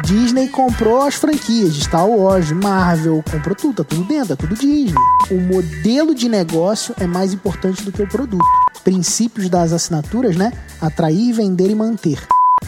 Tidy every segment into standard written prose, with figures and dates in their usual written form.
Disney comprou as franquias de Star Wars, Marvel, comprou tudo, tá tudo dentro, tá tudo Disney. O modelo de negócio é mais importante do que o produto. Princípios das assinaturas, né? Atrair, vender e manter.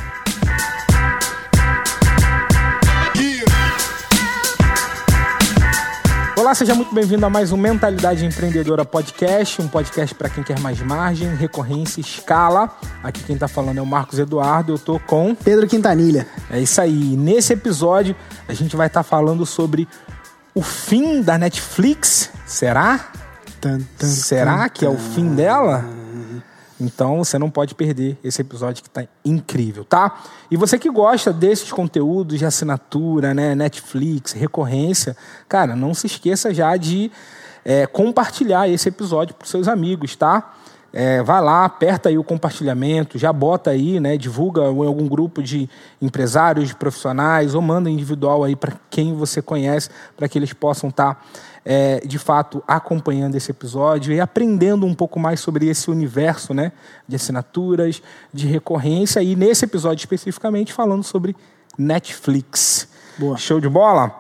Olá, seja muito bem-vindo a mais um Mentalidade Empreendedora Podcast, um podcast para quem quer mais margem, recorrência, escala. Aqui quem tá falando é o Marcos Eduardo, eu tô com Pedro Quintanilha. É isso aí. Nesse episódio a gente vai estar falando sobre o fim da Netflix. Será? Será que é o fim dela? Então você não pode perder esse episódio que tá incrível, tá? E você que gosta desses conteúdos de assinatura, né, Netflix, recorrência, cara, não se esqueça já de compartilhar esse episódio para os seus amigos, tá? Vai lá, aperta aí o compartilhamento, já bota aí, né, divulga em algum grupo de empresários, de profissionais, ou manda individual aí para quem você conhece, para que eles possam estar de fato acompanhando esse episódio e aprendendo um pouco mais sobre esse universo, né, de assinaturas, de recorrência, e nesse episódio especificamente falando sobre Netflix. Boa. Show de bola?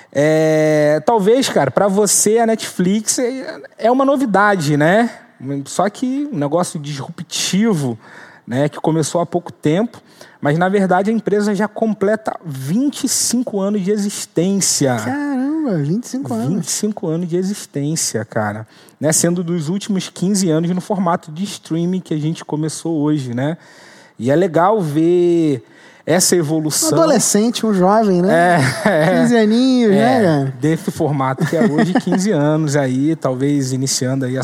Talvez, cara, para você a Netflix é uma novidade, né? Só que um negócio disruptivo, né, que começou há pouco tempo, mas na verdade a empresa já completa 25 anos de existência. Caramba, 25 anos. 25 anos de existência, cara. Né, sendo dos últimos 15 anos no formato de streaming que a gente começou hoje, né? E é legal ver essa evolução. Um adolescente, um jovem, né? 15 aninhos, né, cara? Desse formato que é hoje, 15 anos aí, talvez iniciando aí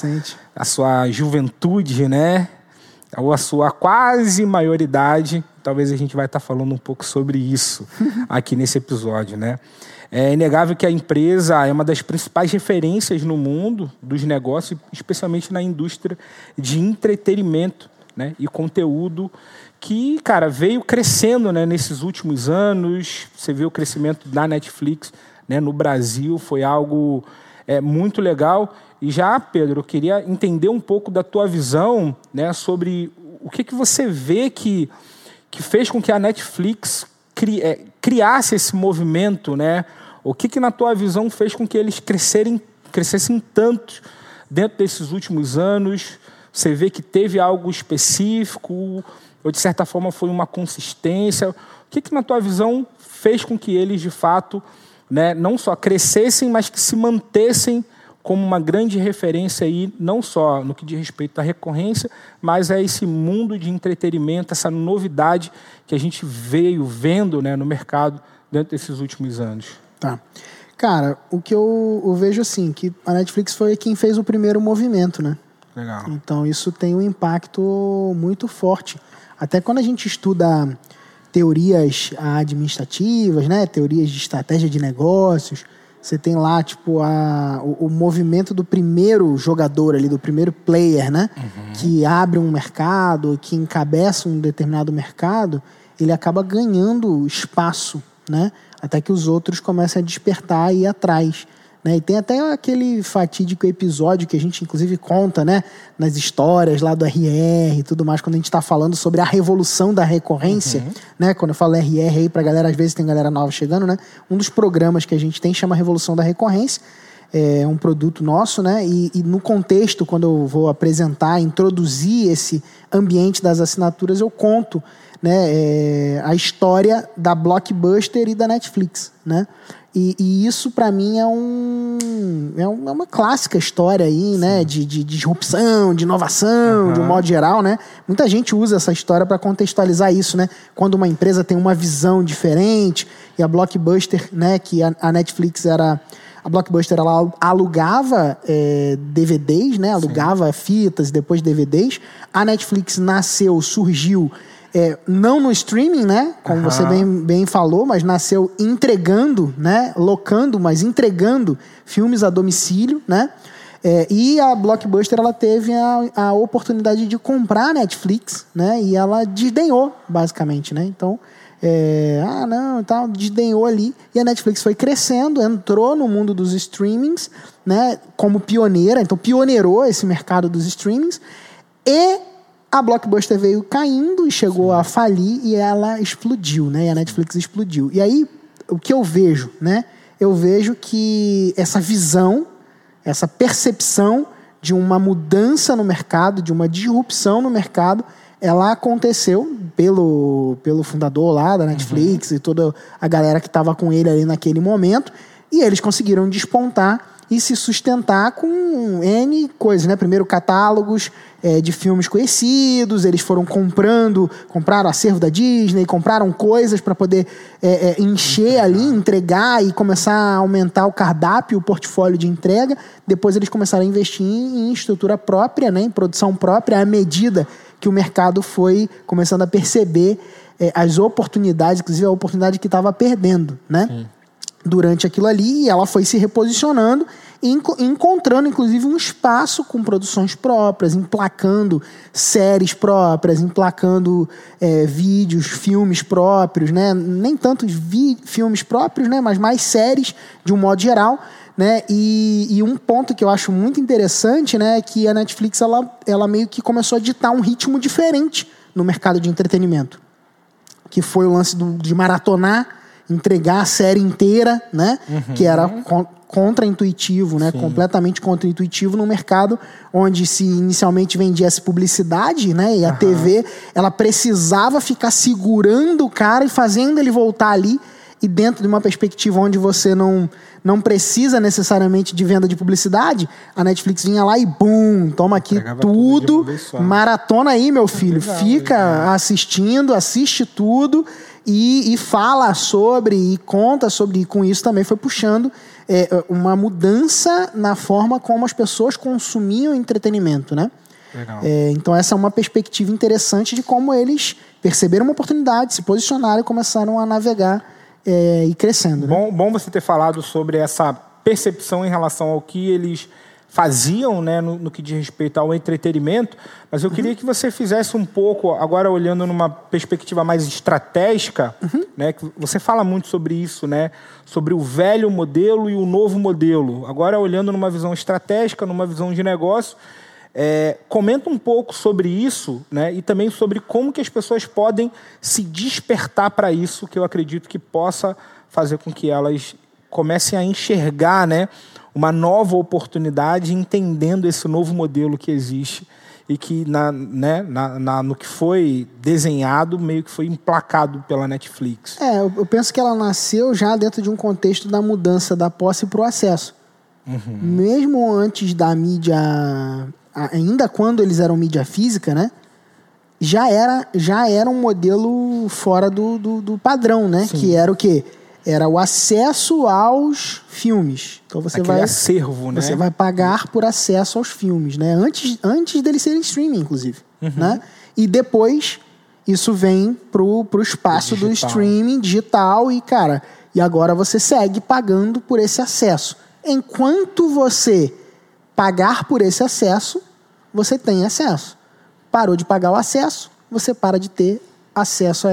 a sua juventude, né? Ou a sua quase maioridade. Talvez a gente vai estar falando um pouco sobre isso aqui nesse episódio, né? É inegável que a empresa é uma das principais referências no mundo dos negócios, especialmente na indústria de entretenimento, né, e conteúdo que, cara, veio crescendo, né, nesses últimos anos. Você vê o crescimento da Netflix, né, no Brasil, foi algo muito legal. E já, Pedro, eu queria entender um pouco da tua visão, né, sobre o que você vê que fez com que a Netflix criasse esse movimento, né? O que na tua visão fez com que eles crescessem tanto dentro desses últimos anos? Você vê que teve algo específico, ou de certa forma foi uma consistência? O que na tua visão fez com que eles, de fato, né, não só crescessem, mas que se mantessem como uma grande referência aí, não só no que diz respeito à recorrência, mas a esse mundo de entretenimento, essa novidade que a gente veio vendo, né, no mercado dentro desses últimos anos? Tá. Cara, o que eu vejo assim, que a Netflix foi quem fez o primeiro movimento, né? Legal. Então isso tem um impacto muito forte. Até quando a gente estuda teorias administrativas, né, teorias de estratégia de negócios, você tem lá tipo o movimento do primeiro jogador ali, do primeiro player, né, que abre um mercado, que encabeça um determinado mercado, ele acaba ganhando espaço, né, até que os outros começam a despertar e ir atrás. Né? E tem até aquele fatídico episódio que a gente inclusive conta, né, nas histórias lá do RR e tudo mais, quando a gente está falando sobre a revolução da recorrência, né? Quando eu falo RR aí pra galera, às vezes tem galera nova chegando, né? Um dos programas que a gente tem chama Revolução da Recorrência, é um produto nosso, né? E no contexto, quando eu vou apresentar, introduzir esse ambiente das assinaturas, eu conto, né, a história da Blockbuster e da Netflix, né? E isso, para mim, é uma clássica história aí, né? De disrupção, de inovação, de um modo geral, né? Muita gente usa essa história para contextualizar isso, né? Quando uma empresa tem uma visão diferente, e a Blockbuster, né? Que a Netflix era... A Blockbuster, ela alugava DVDs, né? Alugava fitas e depois DVDs. A Netflix surgiu... não no streaming, né? Como você bem falou, mas nasceu entregando, né? Locando, mas entregando filmes a domicílio, né? E a Blockbuster, ela teve a oportunidade de comprar a Netflix, né? E ela desdenhou, basicamente, né? Então, desdenhou ali. E a Netflix foi crescendo, entrou no mundo dos streamings, né? Como pioneira, então pioneirou esse mercado dos streamings. E A Blockbuster veio caindo e chegou a falir e ela explodiu, né? E a Netflix explodiu. E aí, o que eu vejo, né? Eu vejo que essa visão, essa percepção de uma mudança no mercado, de uma disrupção no mercado, ela aconteceu pelo fundador lá da Netflix e toda a galera que estava com ele ali naquele momento, e eles conseguiram despontar e se sustentar com N coisas, né? Primeiro, catálogos de filmes conhecidos, eles foram compraram acervo da Disney, compraram coisas para poder encher ali, entregar e começar a aumentar o cardápio, o portfólio de entrega. Depois eles começaram a investir em estrutura própria, né? Em produção própria, à medida que o mercado foi começando a perceber as oportunidades, inclusive a oportunidade que estava perdendo, né? Sim. Durante aquilo ali, e ela foi se reposicionando e encontrando, inclusive, um espaço com produções próprias, emplacando séries próprias, emplacando vídeos, filmes próprios, né? Nem tanto filmes próprios, né? Mas mais séries, de um modo geral, né? E um ponto que eu acho muito interessante, né? É que a Netflix, ela meio que começou a ditar um ritmo diferente no mercado de entretenimento, que foi o lance de maratonar, entregar a série inteira, né? Que era contra-intuitivo, né? Sim. Completamente contra-intuitivo no mercado onde se inicialmente vendia-se publicidade, né? E a TV, ela precisava ficar segurando o cara e fazendo ele voltar ali, e dentro de uma perspectiva onde você não precisa necessariamente de venda de publicidade, a Netflix vinha lá e bum, toma aqui tudo maratona aí, meu filho. Fica assistindo, assiste tudo e fala sobre, e conta sobre, e com isso também foi puxando uma mudança na forma como as pessoas consumiam entretenimento, né? Legal. Então essa é uma perspectiva interessante de como eles perceberam uma oportunidade, se posicionaram e começaram a navegar e crescendo. Né? Bom você ter falado sobre essa percepção em relação ao que eles faziam, né, no que diz respeito ao entretenimento, mas eu queria que você fizesse um pouco, agora olhando numa perspectiva mais estratégica, né, que você fala muito sobre isso, né, sobre o velho modelo e o novo modelo. Agora olhando numa visão estratégica, numa visão de negócio, comenta um pouco sobre isso, né, e também sobre como que as pessoas podem se despertar para isso, que eu acredito que possa fazer com que elas comecem a enxergar, né, uma nova oportunidade, entendendo esse novo modelo que existe e que no que foi desenhado, meio que foi emplacado pela Netflix. Eu penso que ela nasceu já dentro de um contexto da mudança da posse para o acesso. Mesmo antes da mídia, ainda quando eles eram mídia física, né? Já era um modelo fora do padrão, né? Sim. Que era o quê? Era o acesso aos filmes. Então você aquele acervo, né? Você vai pagar por acesso aos filmes, né? Antes deles serem streaming, inclusive, né? E depois isso vem pro espaço do streaming digital e, cara, e agora você segue pagando por esse acesso. Enquanto você pagar por esse acesso, você tem acesso. Parou de pagar o acesso, você para de ter acesso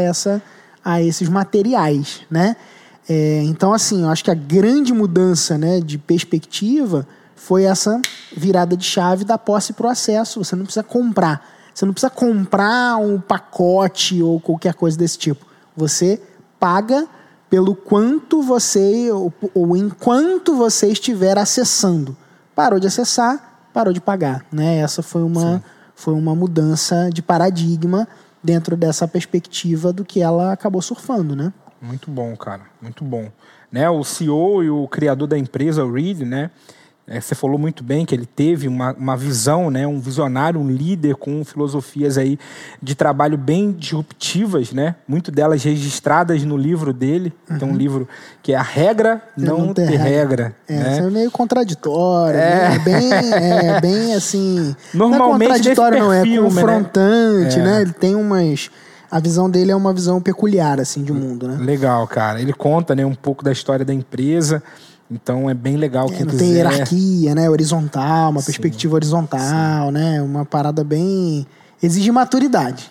a esses materiais, né? Então, assim, eu acho que a grande mudança, né, de perspectiva foi essa virada de chave da posse para o acesso. Você não precisa comprar. Você não precisa comprar um pacote ou qualquer coisa desse tipo. Você paga pelo quanto você, ou enquanto você estiver acessando. Parou de acessar, parou de pagar, né? Essa foi uma mudança de paradigma dentro dessa perspectiva do que ela acabou surfando, né? Muito bom, cara. Muito bom. Né, o CEO e o criador da empresa, o Reed, né? Você falou muito bem que ele teve uma visão, né, um visionário, um líder com filosofias aí de trabalho bem disruptivas, né? Muito delas registradas no livro dele. Tem um livro que é A Regra Não Ter Regra. Né? Isso é meio contraditório. Né? Bem assim... Normalmente não é contraditório, perfil, não. É confrontante, né? Ele tem umas... A visão dele é uma visão peculiar, assim, de mundo, né? Legal, cara. Ele conta, né, um pouco da história da empresa. Então é bem legal quem quiser. Tem hierarquia, né? Horizontal, uma perspectiva horizontal, né? Uma parada bem... Exige maturidade.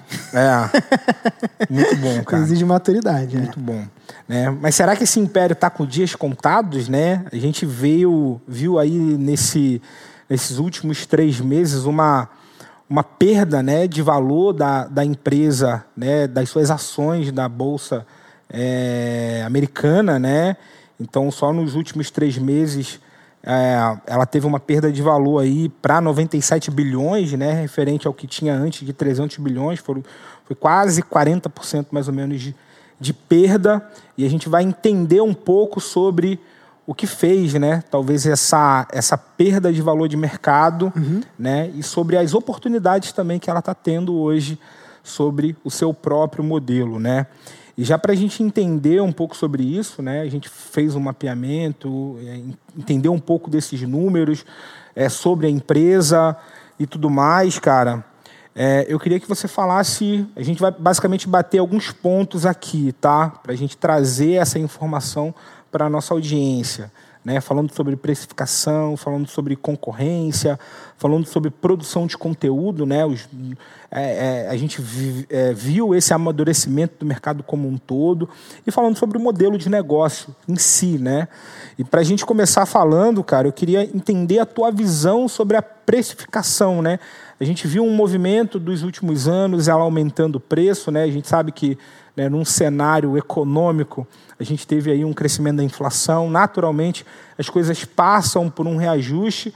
Muito bom, cara. Exige maturidade, Muito bom. Né? Mas será que esse império tá com dias contados, né? A gente viu aí nesses últimos 3 meses uma uma perda, né, de valor da empresa, né, das suas ações da Bolsa americana, né? Então, só nos últimos 3 meses, ela teve uma perda de valor aí para 97 bilhões, né, referente ao que tinha antes de 300 bilhões, foi quase 40% mais ou menos de perda, e a gente vai entender um pouco sobre o que fez, né, talvez essa perda de valor de mercado, né, e sobre as oportunidades também que ela está tendo hoje sobre o seu próprio modelo, né. E já para a gente entender um pouco sobre isso, né, a gente fez um mapeamento, entendeu um pouco desses números, sobre a empresa e tudo mais, cara. Eu queria que você falasse, a gente vai basicamente bater alguns pontos aqui, tá? Para a gente trazer essa informação para a nossa audiência, né? Falando sobre precificação, falando sobre concorrência, falando sobre produção de conteúdo, né? A gente viu esse amadurecimento do mercado como um todo e falando sobre o modelo de negócio em si, né? E para a gente começar falando, cara, eu queria entender a tua visão sobre a precificação, né? A gente viu um movimento dos últimos anos, ela aumentando o preço, né? A gente sabe que, né, num cenário econômico, a gente teve aí um crescimento da inflação. Naturalmente, as coisas passam por um reajuste.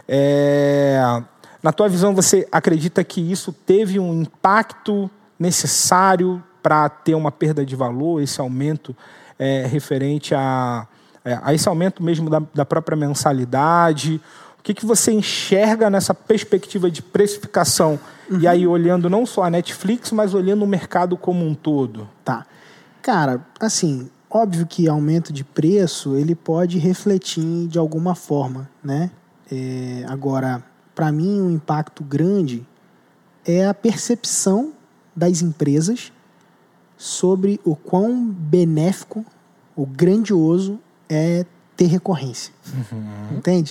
Na tua visão, você acredita que isso teve um impacto necessário para ter uma perda de valor, esse aumento referente a esse aumento mesmo da própria mensalidade? O que você enxerga nessa perspectiva de precificação? E aí, olhando não só a Netflix, mas olhando o mercado como um todo. Tá. Cara, assim, óbvio que aumento de preço, ele pode refletir de alguma forma, né? Agora, para mim, um impacto grande é a percepção das empresas sobre o quão benéfico, o grandioso é ter recorrência. Entende?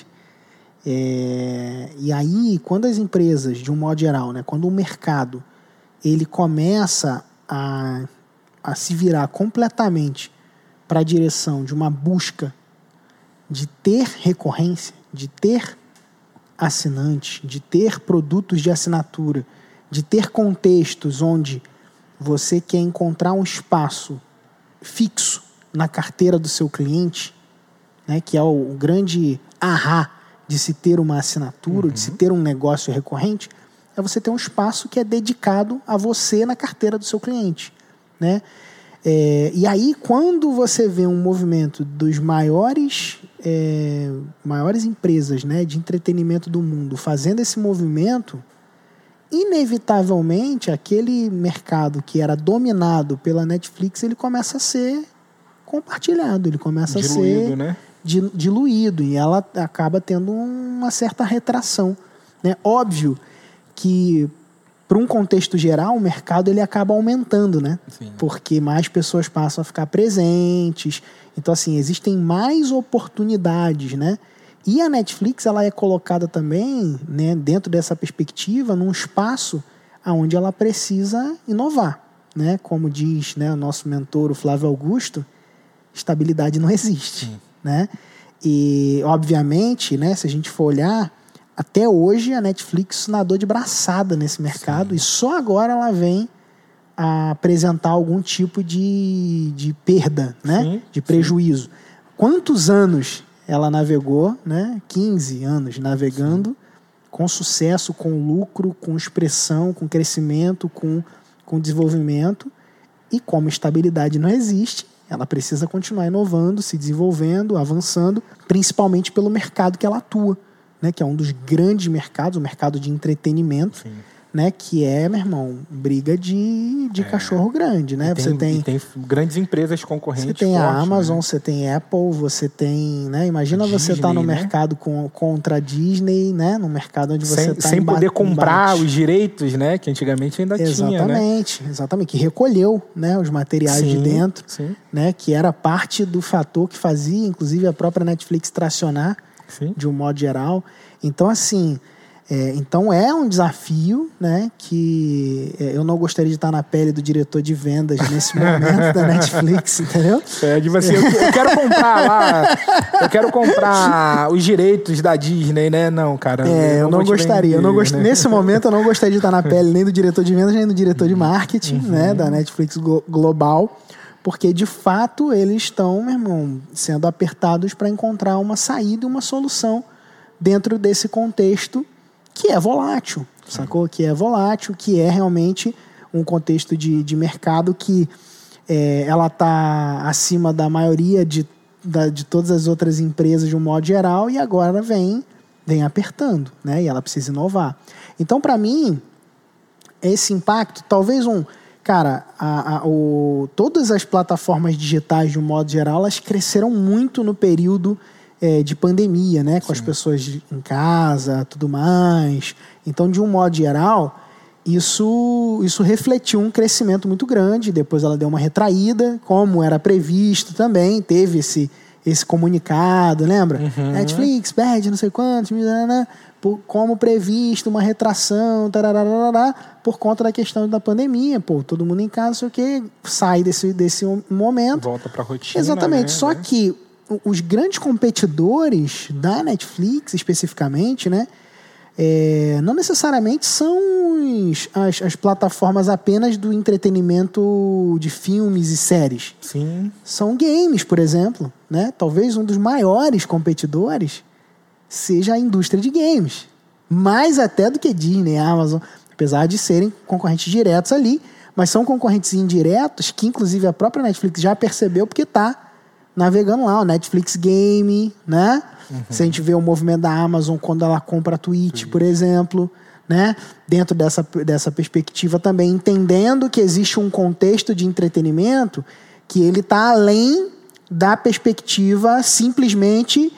E aí, quando as empresas, de um modo geral, né, quando o mercado ele começa a se virar completamente para a direção de uma busca de ter recorrência, de ter assinantes, de ter produtos de assinatura, de ter contextos onde você quer encontrar um espaço fixo na carteira do seu cliente, né, que é o grande ahá de se ter uma assinatura, de se ter um negócio recorrente, é você ter um espaço que é dedicado a você na carteira do seu cliente, né? E aí, quando você vê um movimento dos maiores empresas, né, de entretenimento do mundo fazendo esse movimento, inevitavelmente aquele mercado que era dominado pela Netflix, ele começa a ser compartilhado, ele começa diluído, a ser, né? Diluído, e ela acaba tendo uma certa retração, né? Óbvio que, para um contexto geral, o mercado ele acaba aumentando, né? Sim. Porque mais pessoas passam a ficar presentes. Então, assim, existem mais oportunidades, né? E a Netflix, ela é colocada também, né, dentro dessa perspectiva, num espaço onde ela precisa inovar, né? Como diz, né, o nosso mentor, o Flávio Augusto, estabilidade não existe. Sim. Né? E, obviamente, né, se a gente for olhar, até hoje a Netflix nadou de braçada nesse mercado. Sim. E só agora ela vem a apresentar algum tipo de perda, né? Sim. De prejuízo. Sim. Quantos anos ela navegou, né? 15 anos navegando. Sim. Com sucesso, com lucro, com expressão, com crescimento, com desenvolvimento. E como estabilidade não existe, ela precisa continuar inovando, se desenvolvendo, avançando, principalmente pelo mercado que ela atua, né? Que é um dos grandes mercados, o mercado de entretenimento. Sim. Né? Que é, meu irmão, briga de cachorro grande, né? E tem grandes empresas concorrentes. Você tem fortes, a Amazon, né? Você tem a Apple, você tem, né? Imagina Disney, você estar no mercado contra a Disney, né? No mercado onde você está sem poder comprar os direitos, né? Que antigamente ainda tinha, né? Exatamente. Que recolheu, né, os materiais de dentro, né? Que era parte do fator que fazia, inclusive, a própria Netflix tracionar, de um modo geral. Então, assim, Então é um desafio, né, que eu não gostaria de estar na pele do diretor de vendas nesse momento da Netflix, entendeu? Tipo assim, eu quero comprar lá, eu quero comprar os direitos da Disney, né? Não, cara. Eu não gostaria. Vender, né? Nesse momento eu não gostaria de estar na pele nem do diretor de vendas, nem do diretor de marketing, né, da Netflix Global, porque de fato eles estão, meu irmão, sendo apertados para encontrar uma saída e uma solução dentro desse contexto que é volátil, sacou? Que é volátil, que é realmente um contexto de mercado que ela está acima da maioria de todas as outras empresas de um modo geral e agora vem apertando, né? E ela precisa inovar. Então, para mim, esse impacto, talvez todas as plataformas digitais de um modo geral, elas cresceram muito no período de pandemia, né? Com as pessoas em casa, tudo mais. Então, de um modo geral, isso refletiu um crescimento muito grande. Depois ela deu uma retraída, como era previsto também. Teve esse comunicado, lembra? Netflix perde não sei quantos, como previsto, uma retração, por conta da questão da pandemia. Todo mundo em casa, não sei o quê, sai desse momento. Volta pra rotina. Exatamente. Né? Só que os grandes competidores da Netflix, especificamente, né, não necessariamente são as plataformas apenas do entretenimento de filmes e séries. Sim. São games, por exemplo. Né? Talvez um dos maiores competidores seja a indústria de games. Mais até do que Disney, Amazon, apesar de serem concorrentes diretos ali, mas são concorrentes indiretos que, inclusive, a própria Netflix já percebeu porque está navegando lá, o Netflix Game, né? Se a gente vê o movimento da Amazon quando ela compra a Twitch, por exemplo, né? Dentro dessa perspectiva também, entendendo que existe um contexto de entretenimento que ele está além da perspectiva simplesmente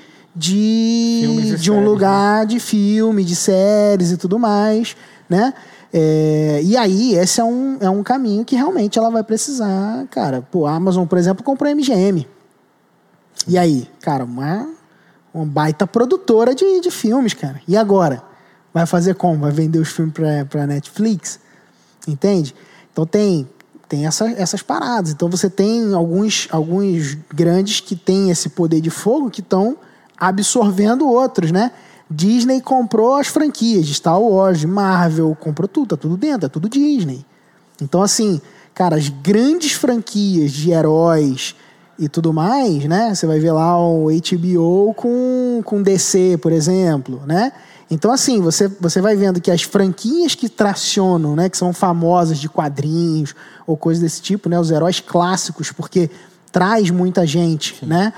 de um lugar, né? De filme, de séries e tudo mais, né? E aí, esse é um caminho que realmente ela vai precisar, cara. A Amazon, por exemplo, comprou a MGM. E aí, cara, uma baita produtora de filmes, cara. E agora? Vai fazer como? Vai vender os filmes pra Netflix? Entende? Então tem essas paradas. Então você tem alguns grandes que têm esse poder de fogo que estão absorvendo outros, né? Disney comprou as franquias de Star Wars, de Marvel, comprou tudo, tá tudo dentro, é tudo Disney. Então, assim, cara, as grandes franquias de heróis e tudo mais, né? Você vai ver lá o HBO com DC, por exemplo, né? Então, assim, você vai vendo que as franquias que tracionam, né? Que são famosas de quadrinhos ou coisas desse tipo, né? Os heróis clássicos, porque traz muita gente, sim, né?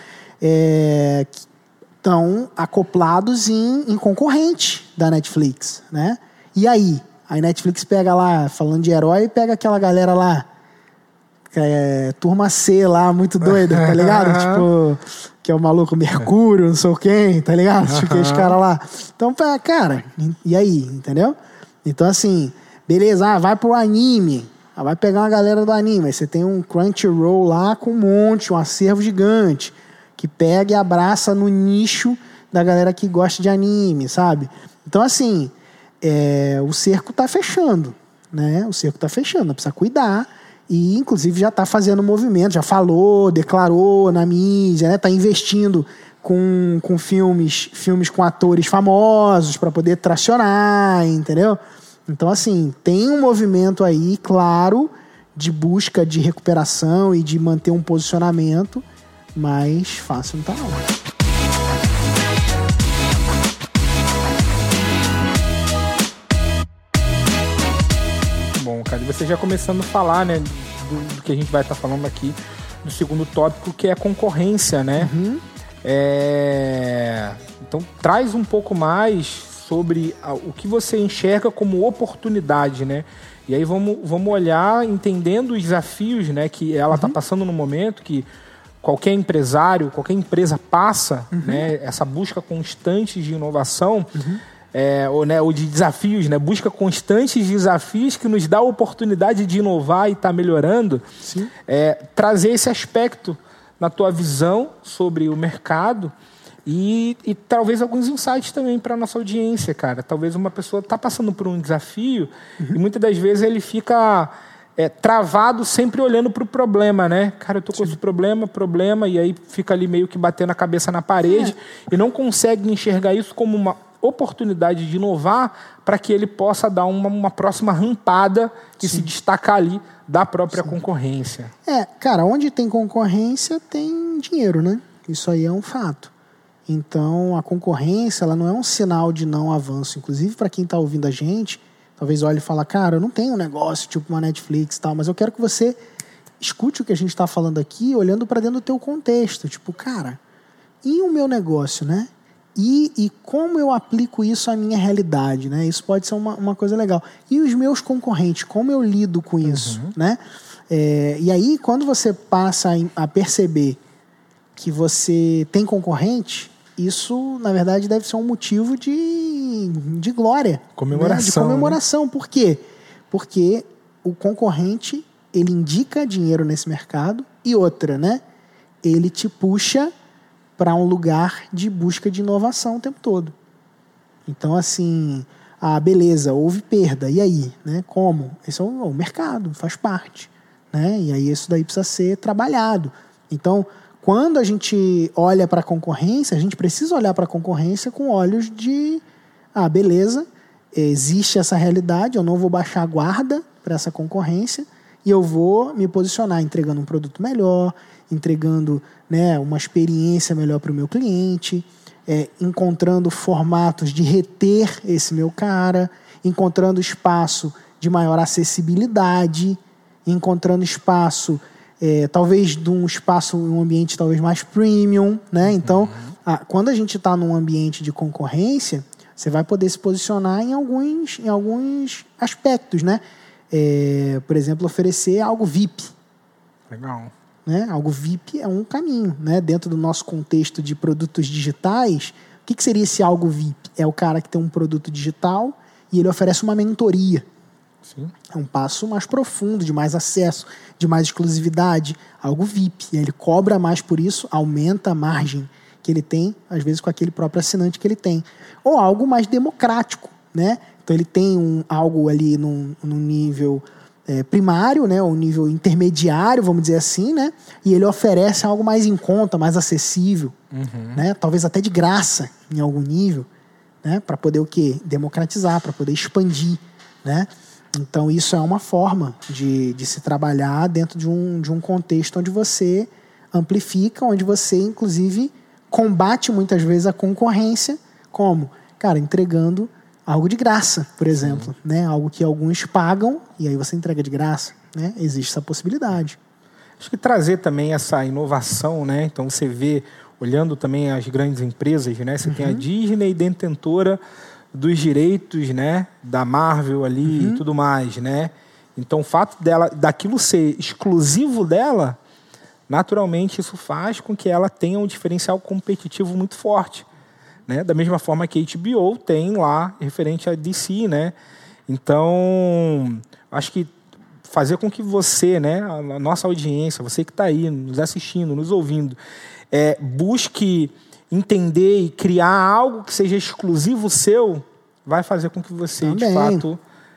Estão acoplados em concorrente da Netflix, né? E aí? A Netflix pega lá, falando de herói, pega aquela galera lá, turma C lá, muito doida, tá ligado? Tipo, que é o maluco Mercúrio, não sei quem, tá ligado? Tipo, aqueles caras lá. Então, cara, e aí, entendeu? Então, assim, beleza, vai pro anime, vai pegar uma galera do anime, aí você tem um Crunchyroll lá com um acervo gigante, que pega e abraça no nicho da galera que gosta de anime, sabe? Então, assim, o cerco tá fechando, né? O cerco tá fechando, precisa cuidar. E, inclusive, já está fazendo movimento, já falou, declarou na mídia, né? Está investindo com filmes com atores famosos para poder tracionar, entendeu? Então, assim, tem um movimento aí, claro, de busca de recuperação e de manter um posicionamento, mas fácil não tá não. Bom, cara, e você já começando a falar, né, do que a gente vai estar falando aqui, do segundo tópico, que é a concorrência, né? Uhum. Então, traz um pouco mais sobre o que você enxerga como oportunidade, né? E aí vamos olhar, entendendo os desafios, né, que ela está passando no momento, que qualquer empresário, qualquer empresa passa, né, essa busca constante de inovação, ou de desafios, né? Busca constantes desafios que nos dá a oportunidade de inovar e estar melhorando. Sim. Trazer esse aspecto na tua visão sobre o mercado E talvez alguns insights também para a nossa audiência, cara. Talvez uma pessoa está passando por um desafio e muitas das vezes ele fica travado sempre olhando para o problema, né? Cara, eu tô com esse problema, e aí fica ali meio que batendo a cabeça na parede e não consegue enxergar isso como uma oportunidade de inovar para que ele possa dar uma próxima rampada e se destacar ali da própria concorrência. Cara, onde tem concorrência tem dinheiro, né? Isso aí é um fato. Então, a concorrência, ela não é um sinal de não avanço. Inclusive, para quem está ouvindo a gente, talvez olhe e fale, cara, eu não tenho um negócio tipo uma Netflix e tal, mas eu quero que você escute o que a gente está falando aqui, olhando para dentro do teu contexto. Tipo, cara, e o meu negócio, né? E como eu aplico isso à minha realidade, né? Isso pode ser uma coisa legal. E os meus concorrentes, como eu lido com isso, né? E aí, quando você passa a perceber que você tem concorrente, isso, na verdade, deve ser um motivo de glória. Comemoração. Né? De comemoração. Né? Por quê? Porque o concorrente, ele indica dinheiro nesse mercado e outra, né? Ele te puxa para um lugar de busca de inovação o tempo todo. Então, assim, beleza, houve perda. E aí? Né? Como? Esse é o mercado, faz parte. Né? E aí isso daí precisa ser trabalhado. Então, quando a gente olha para a concorrência, a gente precisa olhar para a concorrência com olhos de, beleza, existe essa realidade, eu não vou baixar a guarda para essa concorrência e eu vou me posicionar entregando um produto melhor, entregando, né, uma experiência melhor para o meu cliente, encontrando formatos de reter esse meu cara, encontrando espaço de maior acessibilidade, encontrando espaço talvez de um espaço, um ambiente talvez mais premium, né? Então, quando a gente está num ambiente de concorrência, você vai poder se posicionar em alguns aspectos, né? Por exemplo, oferecer algo VIP. Legal. Né? Algo VIP é um caminho, né? Dentro do nosso contexto de produtos digitais, o que seria esse algo VIP? É o cara que tem um produto digital e ele oferece uma mentoria. Sim. É um passo mais profundo, de mais acesso, de mais exclusividade, algo VIP. E ele cobra mais por isso, aumenta a margem que ele tem, às vezes com aquele próprio assinante que ele tem. Ou algo mais democrático, né? Então ele tem algo ali num nível primário, né? Ou nível intermediário, vamos dizer assim, né? E ele oferece algo mais em conta, mais acessível, né? Talvez até de graça em algum nível, né? Para poder o quê? Democratizar, para poder expandir, né? Então, isso é uma forma de se trabalhar dentro de um contexto onde você amplifica, onde você, inclusive, combate muitas vezes a concorrência, como, cara, entregando algo de graça, por exemplo, né? Algo que alguns pagam e aí você entrega de graça, né? Existe essa possibilidade. Acho que trazer também essa inovação, né? Então, você vê, olhando também as grandes empresas, né? Você tem a Disney, detentora dos direitos, né, da Marvel ali e tudo mais, né? Então, o fato daquilo ser exclusivo dela, naturalmente isso faz com que ela tenha um diferencial competitivo muito forte, né? Da mesma forma que a HBO tem lá referente a DC, né? Então, acho que fazer com que você, né, a nossa audiência, você que está aí nos assistindo, nos ouvindo, busque entender e criar algo que seja exclusivo seu, vai fazer com que você, também, de fato,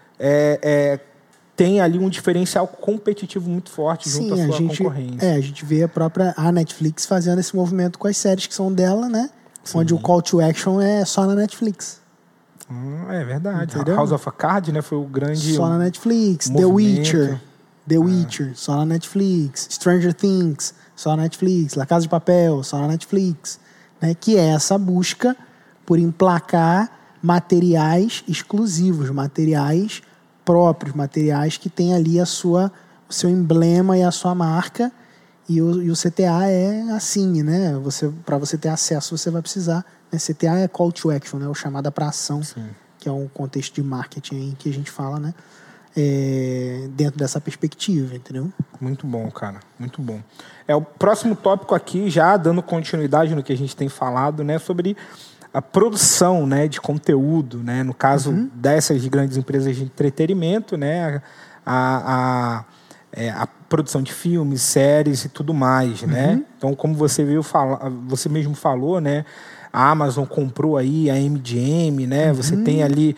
tenha ali um diferencial competitivo muito forte junto à sua concorrência. A gente vê a Netflix fazendo esse movimento com as séries que são dela, né? Sim. Onde o call to action é só na Netflix. É verdade. Entendeu? House of Cards, né, foi o grande só na Netflix. movimento. The Witcher, só na Netflix. Stranger Things, só na Netflix. La Casa de Papel, só na Netflix. Né, que é essa busca por emplacar materiais exclusivos, materiais próprios, materiais que tem ali o seu emblema e a sua marca, e o CTA é assim, né? Para você ter acesso, você vai precisar, né? CTA é call to action, né? O chamada para ação, sim, que é um contexto de marketing aí que a gente fala, né? Dentro dessa perspectiva, entendeu? Muito bom, cara, muito bom. O próximo tópico aqui, já dando continuidade no que a gente tem falado, né, sobre a produção, né, de conteúdo, né, no caso dessas grandes empresas de entretenimento, né, a produção de filmes, séries e tudo mais, né? Então, como você você mesmo falou, né? A Amazon comprou aí a MGM, né? Você tem ali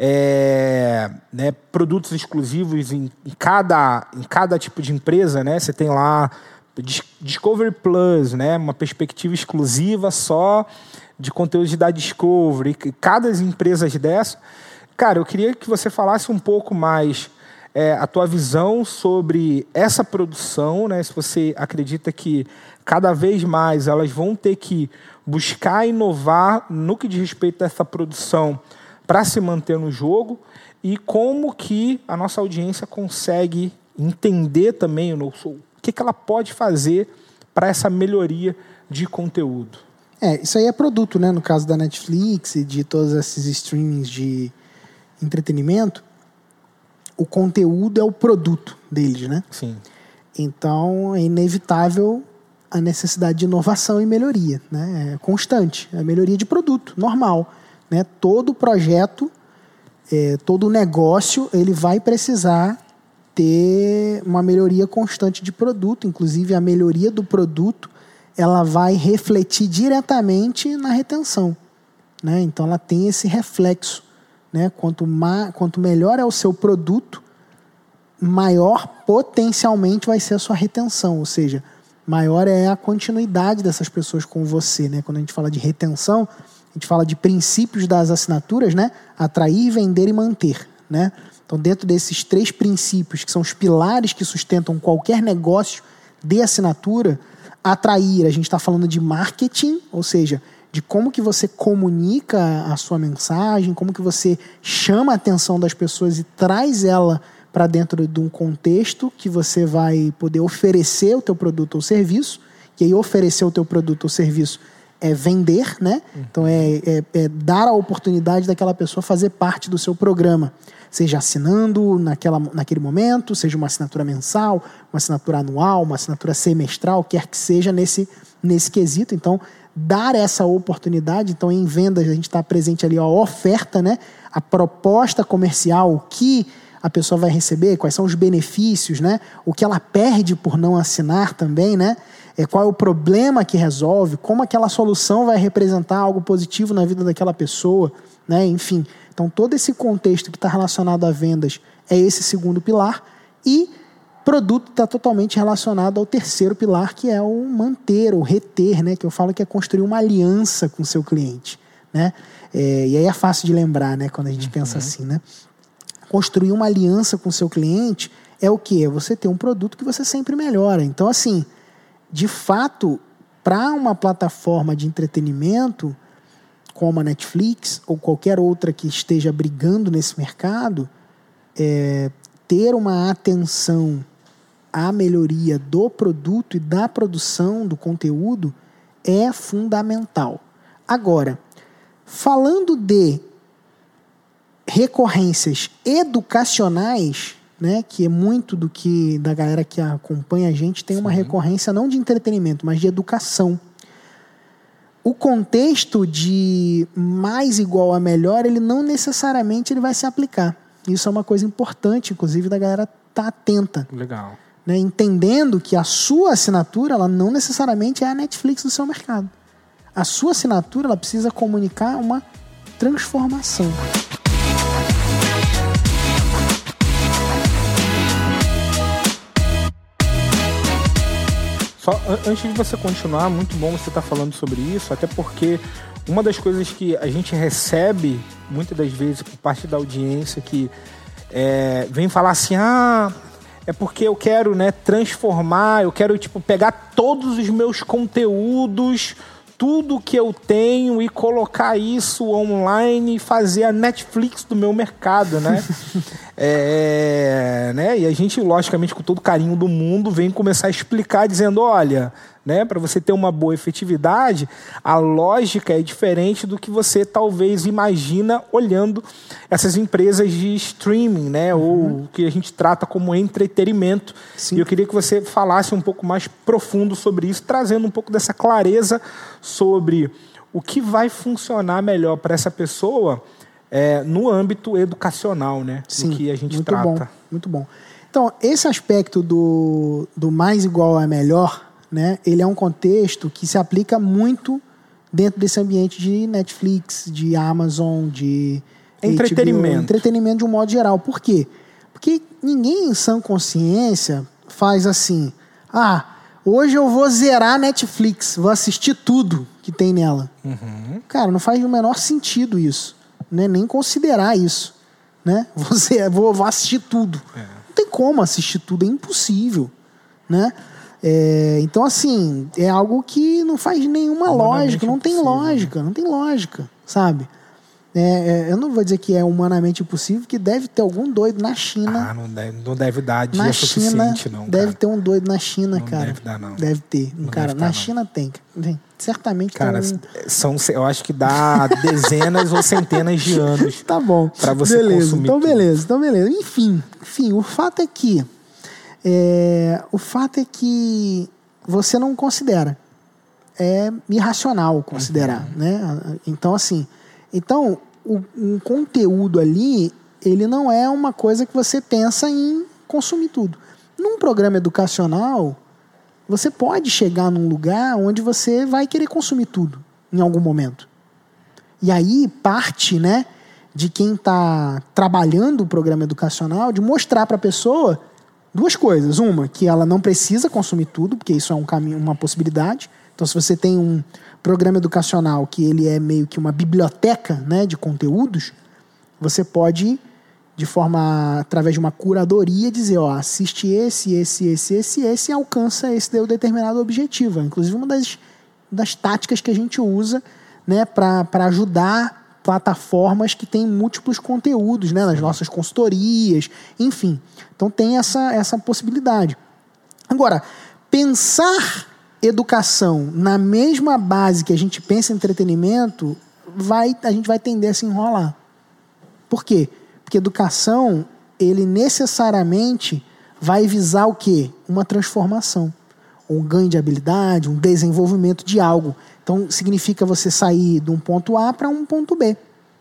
né, produtos exclusivos em cada tipo de empresa, né? Você tem lá Discovery Plus, né? Uma perspectiva exclusiva só de conteúdos da Discovery. Cada empresa dessa. Cara, eu queria que você falasse um pouco mais a tua visão sobre essa produção, né? Se você acredita que cada vez mais elas vão ter que buscar inovar no que diz respeito a essa produção para se manter no jogo, e como que a nossa audiência consegue entender também o que ela pode fazer para essa melhoria de conteúdo. Isso aí é produto, né? No caso da Netflix e de todos esses streamings de entretenimento, o conteúdo é o produto deles, né? Sim. Então, é inevitável a necessidade de inovação e melhoria, né? É constante, é melhoria de produto, normal, né? Todo projeto, todo negócio, ele vai precisar ter uma melhoria constante de produto. Inclusive, a melhoria do produto, ela vai refletir diretamente na retenção, né? Então, ela tem esse reflexo, né? Quanto melhor é o seu produto, maior potencialmente vai ser a sua retenção, ou seja, maior é a continuidade dessas pessoas com você, né? Quando a gente fala de retenção, a gente fala de princípios das assinaturas, né? Atrair, vender e manter, né? Então, dentro desses 3 princípios, que são os pilares que sustentam qualquer negócio de assinatura, atrair, a gente está falando de marketing, ou seja, de como que você comunica a sua mensagem, como que você chama a atenção das pessoas e traz ela para dentro de um contexto que você vai poder oferecer o teu produto ou serviço. E aí oferecer o teu produto ou serviço é vender, né? Então é dar a oportunidade daquela pessoa fazer parte do seu programa, seja assinando naquele momento, seja uma assinatura mensal, uma assinatura anual, uma assinatura semestral, quer que seja nesse quesito. Então, dar essa oportunidade. Então, em vendas, a gente está presente ali a oferta, né? A proposta comercial, o que a pessoa vai receber, quais são os benefícios, né? O que ela perde por não assinar também, né? Qual é o problema que resolve, como aquela solução vai representar algo positivo na vida daquela pessoa, né? Enfim, então todo esse contexto que está relacionado a vendas é esse segundo pilar, e produto está totalmente relacionado ao terceiro pilar, que é o manter, o reter, né? Que eu falo que é construir uma aliança com o seu cliente, né? E aí é fácil de lembrar, né? Quando a gente pensa assim, né? Construir uma aliança com o seu cliente é o quê? É você ter um produto que você sempre melhora. Então, assim, de fato, para uma plataforma de entretenimento como a Netflix ou qualquer outra que esteja brigando nesse mercado, ter uma atenção à melhoria do produto e da produção do conteúdo é fundamental. Agora, falando de recorrências educacionais, né, que é muito do que da galera que acompanha a gente tem uma recorrência não de entretenimento, mas de educação. O contexto de mais igual a melhor, ele não necessariamente ele vai se aplicar. Isso é uma coisa importante, inclusive, da galera estar atenta. Legal. Né, entendendo que a sua assinatura, ela não necessariamente é a Netflix do seu mercado. A sua assinatura, ela precisa comunicar uma transformação. Só antes de você continuar, muito bom você estar falando sobre isso, até porque uma das coisas que a gente recebe muitas das vezes por parte da audiência que vem falar assim, é porque eu quero, né, transformar, eu quero pegar todos os meus conteúdos, tudo que eu tenho e colocar isso online e fazer a Netflix do meu mercado, né? Né? E a gente, logicamente, com todo o carinho do mundo, vem começar a explicar dizendo, olha, né, para você ter uma boa efetividade, a lógica é diferente do que você talvez imagina olhando essas empresas de streaming, né, ou que a gente trata como entretenimento. Sim. E eu queria que você falasse um pouco mais profundo sobre isso, trazendo um pouco dessa clareza sobre o que vai funcionar melhor para essa pessoa no âmbito educacional, né? Sim, do que a gente muito trata. Bom, muito bom. Então, esse aspecto do mais igual a melhor, né, ele é um contexto que se aplica muito dentro desse ambiente de Netflix, de Amazon, de entretenimento. HBO, entretenimento de um modo geral. Por quê? Porque ninguém em sã consciência faz assim, hoje eu vou zerar a Netflix, vou assistir tudo que tem nela. Uhum. Cara, não faz o menor sentido isso, né? Nem considerar isso, né? Vou assistir tudo. Não tem como assistir tudo, é impossível, né? Então, assim, é algo que não faz nenhuma lógica, não tem lógica, sabe? Eu não vou dizer que é humanamente impossível, que deve ter algum doido na China. Não deve dar dia suficiente, não. Deve ter um doido na China, cara. Não deve dar, não. Deve ter. Na China tem. Certamente cara, tem. Eu acho que dá dezenas ou centenas de anos. Tá bom. Pra você consumir. Então, beleza. Enfim, o fato é que. Você não considera. É irracional considerar, né? Então, assim. Um conteúdo ali, ele não é uma coisa que você pensa em consumir tudo. Num programa educacional, você pode chegar num lugar onde você vai querer consumir tudo, em algum momento. E aí parte, né, de quem está trabalhando o programa educacional, de mostrar para a pessoa duas coisas. Uma, que ela não precisa consumir tudo, porque isso é um caminho, uma possibilidade. Então, se você tem um programa educacional que ele é meio que uma biblioteca, né, de conteúdos, você pode, através de uma curadoria, dizer, assiste esse, e alcança esse determinado objetivo. Inclusive, uma das táticas que a gente usa, né, para ajudar plataformas que têm múltiplos conteúdos, né, nas nossas consultorias, enfim. Então, tem essa possibilidade. Agora, pensar educação na mesma base que a gente pensa em entretenimento, a gente vai tender a se enrolar. Por quê? Porque educação, ele necessariamente vai visar o quê? Uma transformação. Um ganho de habilidade, um desenvolvimento de algo. Então, significa você sair de um ponto A para um ponto B.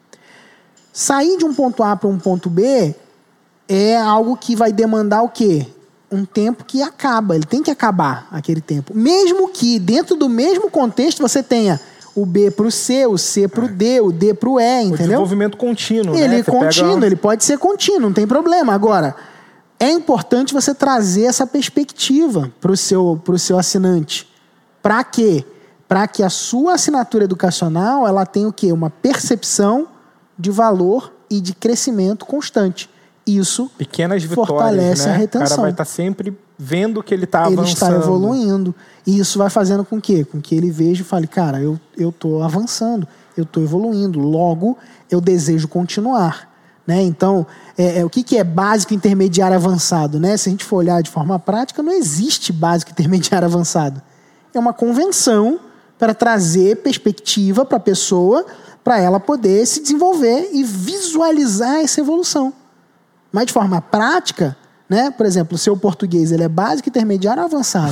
Sair de um ponto A para um ponto B é algo que vai demandar o quê? Um tempo que acaba, ele tem que acabar aquele tempo. Mesmo que dentro do mesmo contexto você tenha o B para o C, o C para o D, o D para o E, entendeu? O desenvolvimento contínuo, ele né? É contínuo, ele pode ser contínuo, não tem problema. Agora, é importante você trazer essa perspectiva para o seu assinante. Para quê? Para que a sua assinatura educacional ela tenha o quê? Uma percepção de valor e de crescimento constante. Isso pequenas fortalece, né? A retenção. O cara vai estar sempre vendo que ele está avançando. Ele está evoluindo. E isso vai fazendo com quê? Com que ele veja e fale, cara, eu estou avançando, eu estou evoluindo, logo eu desejo continuar. Né? Então, o que é básico, intermediário, avançado? Né? Se a gente for olhar de forma prática, não existe básico, intermediário, avançado. É uma convenção para trazer perspectiva para a pessoa, para ela poder se desenvolver e visualizar essa evolução. Mas de forma prática, né? Por exemplo, o seu português ele é básico, intermediário ou avançado?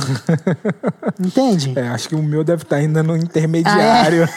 Entende? Acho que o meu deve estar ainda no intermediário.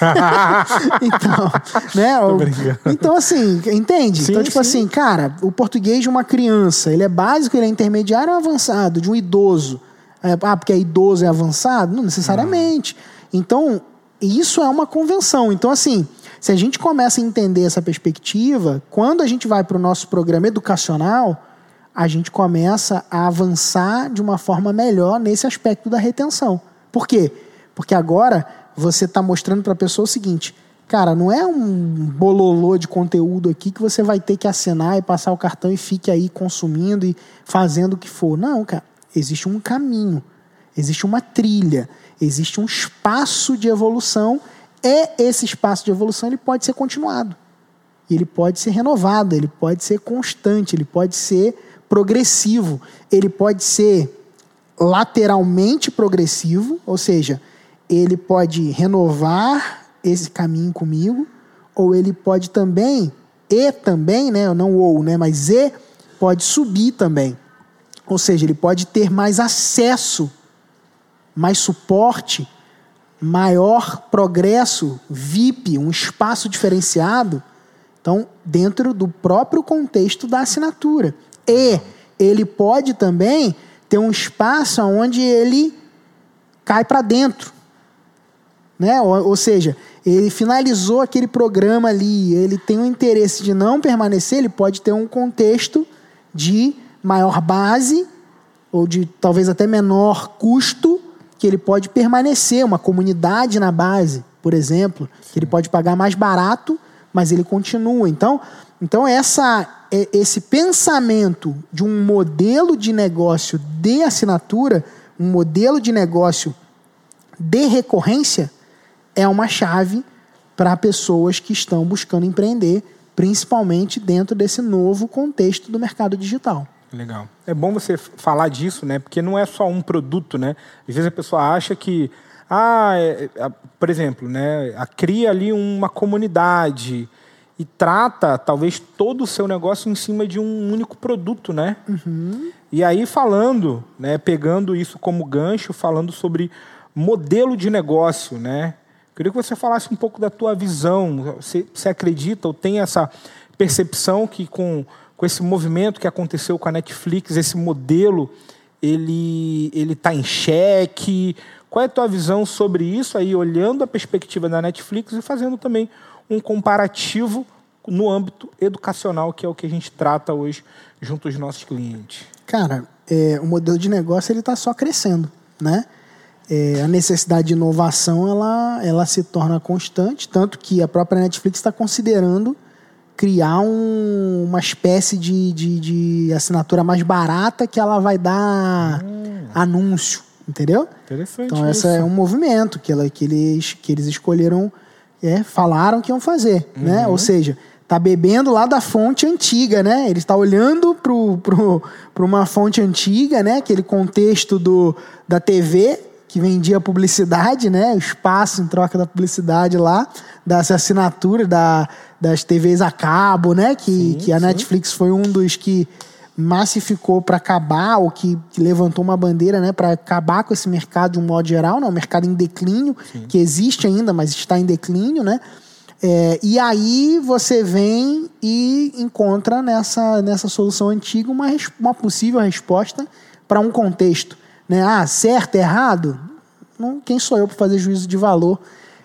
Então, né? Então, assim, entende? Sim, então, tipo assim, cara, o português de uma criança, ele é básico, ele é intermediário ou avançado? De um idoso? Porque é idoso é avançado? Não necessariamente. Então, isso é uma convenção. Então, assim, se a gente começa a entender essa perspectiva, quando a gente vai para o nosso programa educacional, a gente começa a avançar de uma forma melhor nesse aspecto da retenção. Por quê? Porque agora você está mostrando para a pessoa o seguinte, cara, não é um bololô de conteúdo aqui que você vai ter que assinar e passar o cartão e fique aí consumindo e fazendo o que for. Não, cara, existe um caminho, existe uma trilha, existe um espaço de evolução. E esse espaço de evolução ele pode ser continuado. Ele pode ser renovado, ele pode ser constante, ele pode ser progressivo, ele pode ser lateralmente progressivo, ou seja, ele pode renovar esse caminho comigo, ou ele pode também, né, não ou, né, mas pode subir também. Ou seja, ele pode ter mais acesso, mais suporte, maior progresso, VIP, um espaço diferenciado, então, dentro do próprio contexto da assinatura. E ele pode também ter um espaço onde ele cai para dentro, né? Ou seja, ele finalizou aquele programa ali, ele tem um interesse de não permanecer, ele pode ter um contexto de maior base ou de talvez até menor custo, que ele pode permanecer, uma comunidade na base, por exemplo, que ele pode pagar mais barato, mas ele continua. Então esse pensamento de um modelo de negócio de assinatura, um modelo de negócio de recorrência, é uma chave para pessoas que estão buscando empreender, principalmente dentro desse novo contexto do mercado digital. Legal. É bom você falar disso, né? Porque não é só um produto, né? Às vezes a pessoa acha que, por exemplo, né? Cria ali uma comunidade e trata, talvez, todo o seu negócio em cima de um único produto, né? Uhum. E aí falando, né? Pegando isso como gancho, falando sobre modelo de negócio, né? Queria que você falasse um pouco da tua visão. Você acredita ou tem essa percepção que com esse movimento que aconteceu com a Netflix, esse modelo, ele está em xeque? Qual é a tua visão sobre isso aí, olhando a perspectiva da Netflix e fazendo também um comparativo no âmbito educacional, que é o que a gente trata hoje junto aos nossos clientes? Cara, o modelo de negócio está só crescendo, né? A necessidade de inovação ela se torna constante, tanto que a própria Netflix está considerando criar uma espécie de assinatura mais barata que ela vai dar anúncio, entendeu? Interessante. Então esse é um movimento que eles escolheram, falaram que iam fazer, né? Ou seja, tá bebendo lá da fonte antiga, né? Ele está olhando para uma fonte antiga, né? Aquele contexto da TV que vendia publicidade, né? O espaço em troca da publicidade lá, dessa assinatura das TVs a cabo, né? Que a Netflix foi um dos que massificou para acabar, ou que levantou uma bandeira, né? Para acabar com esse mercado de um modo geral, né? Um mercado em declínio, que existe ainda, mas está em declínio, né? E aí você vem e encontra nessa solução antiga uma possível resposta para um contexto, né? Certo, errado? Quem sou eu para fazer juízo de valor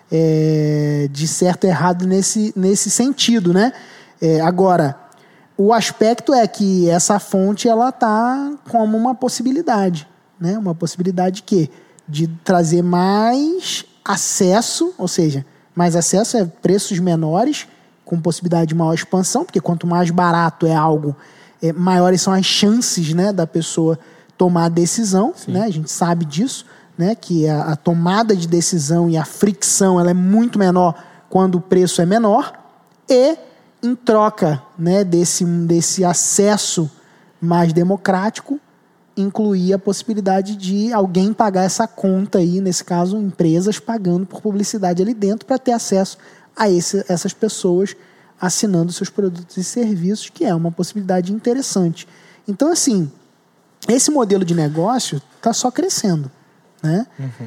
de certo e errado nesse sentido, né? Agora, o aspecto é que essa fonte ela está como uma possibilidade, né? Uma possibilidade de trazer mais acesso, ou seja, mais acesso preços menores, com possibilidade de maior expansão, porque quanto mais barato é algo, maiores são as chances, né, da pessoa tomar a decisão, né? A gente sabe disso, né? Que a tomada de decisão e a fricção ela é muito menor quando o preço é menor, e em troca, né, desse acesso mais democrático, incluir a possibilidade de alguém pagar essa conta aí, nesse caso, empresas pagando por publicidade ali dentro para ter acesso a essas pessoas assinando seus produtos e serviços, que é uma possibilidade interessante. Então, assim, esse modelo de negócio está só crescendo, né?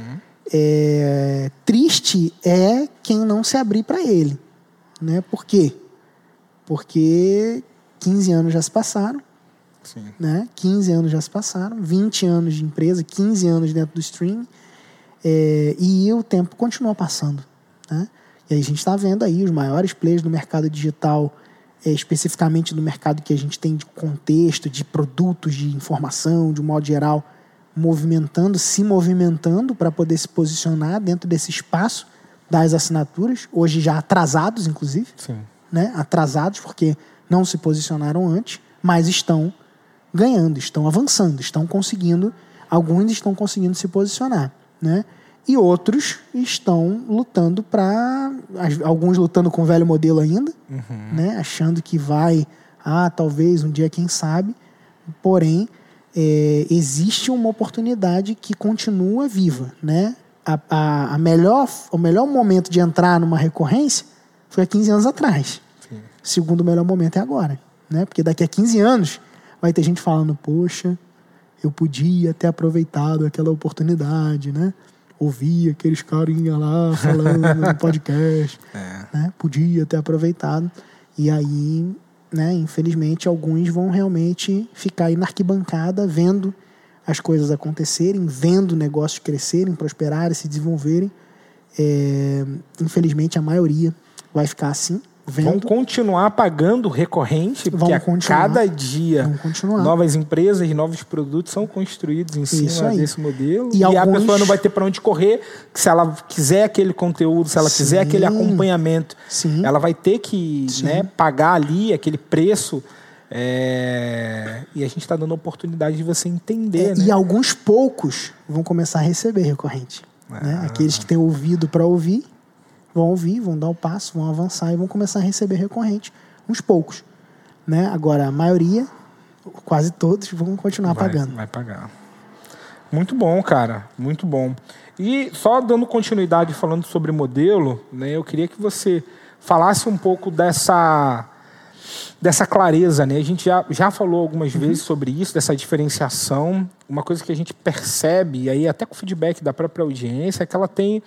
Triste é quem não se abrir para ele, né? Por quê? Porque 15 anos já se passaram, né? 15 anos já se passaram, 20 anos de empresa, 15 anos dentro do streaming, e o tempo continua passando, né? E aí a gente está vendo aí os maiores players do mercado digital, especificamente do mercado que a gente tem de contexto, de produtos, de informação, de um modo geral, se movimentando para poder se posicionar dentro desse espaço das assinaturas, hoje já atrasados, inclusive, né? Atrasados porque não se posicionaram antes, mas estão ganhando, estão avançando, alguns estão conseguindo se posicionar, né? E outros estão lutando alguns lutando com o velho modelo ainda, né? Achando que vai, talvez um dia, quem sabe, porém existe uma oportunidade que continua viva, né? O melhor momento de entrar numa recorrência foi há 15 anos atrás. O segundo melhor momento é agora, né? Porque daqui a 15 anos vai ter gente falando, poxa, eu podia ter aproveitado aquela oportunidade, né? Ouvir aqueles carinha lá falando no podcast, né? Podia ter aproveitado. E aí né, infelizmente, alguns vão realmente ficar aí na arquibancada vendo as coisas acontecerem, vendo negócios crescerem, prosperarem, se desenvolverem. Infelizmente, a maioria vai ficar assim. Vendo. Vão continuar pagando recorrente, porque a cada dia novas empresas, novos produtos são construídos em cima desse modelo. E a pessoa não vai ter para onde correr. Se ela quiser aquele conteúdo, se ela quiser aquele acompanhamento, ela vai ter que, né, pagar ali aquele preço. E a gente está dando a oportunidade de você entender. Né? E alguns poucos vão começar a receber recorrente. Né? Aqueles que têm ouvido para ouvir, vão ouvir, vão dar o passo, vão avançar e vão começar a receber recorrente. Uns poucos. Né? Agora, a maioria, quase todos, vão continuar pagando. Vai pagar. Muito bom, cara. Muito bom. E só dando continuidade falando sobre modelo, né, eu queria que você falasse um pouco dessa clareza. Né? A gente já falou algumas vezes sobre isso, dessa diferenciação. Uma coisa que a gente percebe, e aí até com o feedback da própria audiência, é que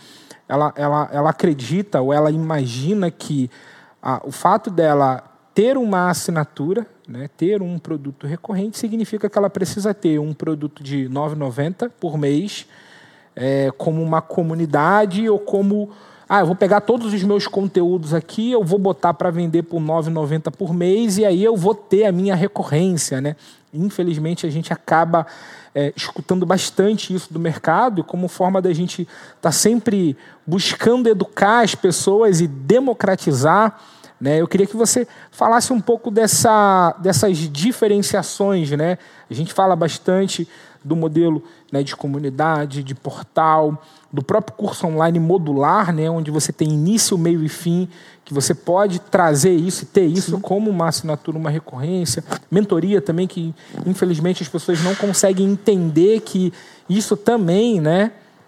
ela acredita ou ela imagina que o fato dela ter uma assinatura, né, ter um produto recorrente, significa que ela precisa ter um produto de R$ 9,90 por mês, como uma comunidade ou como... eu vou pegar todos os meus conteúdos aqui, eu vou botar para vender por R$ 9,90 por mês e aí eu vou ter a minha recorrência. Né? Infelizmente, a gente acaba escutando bastante isso do mercado e como forma da gente estar sempre buscando educar as pessoas e democratizar. Né? Eu queria que você falasse um pouco dessas diferenciações. Né? A gente fala bastante do modelo, né, de comunidade, de portal, do próprio curso online modular, né, onde você tem início, meio e fim, que você pode trazer isso e ter isso como uma assinatura, uma recorrência. Mentoria também, que infelizmente as pessoas não conseguem entender que isso também, né,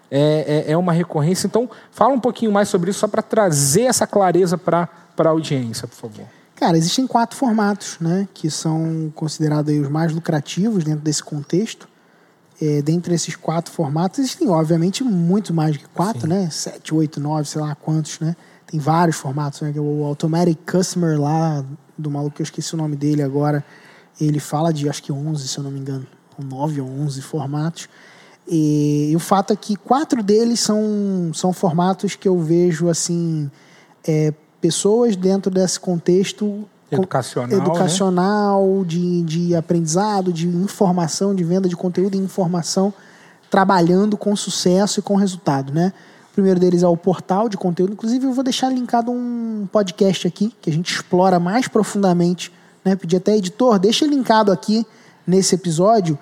é uma recorrência. Então, fala um pouquinho mais sobre isso, só para trazer essa clareza para a audiência, por favor. Cara, existem 4 formatos, né, que são considerados aí os mais lucrativos dentro desse contexto. Dentre esses 4 formatos, existem, obviamente, muito mais do que 4, né? 7, 8, 9, sei lá quantos, né? Tem vários formatos, né? O Automatic Customer lá, do maluco que eu esqueci o nome dele agora, ele fala de, acho que 11, se eu não me engano, 9 ou 11 formatos. E o fato é que 4 deles são formatos que eu vejo, assim, pessoas dentro desse contexto educacional, né? de aprendizado, de informação, de venda de conteúdo e informação, trabalhando com sucesso e com resultado, né? O primeiro deles é o portal de conteúdo. Inclusive, eu vou deixar linkado um podcast aqui, que a gente explora mais profundamente, né? Pedi até, editor, deixa linkado aqui nesse episódio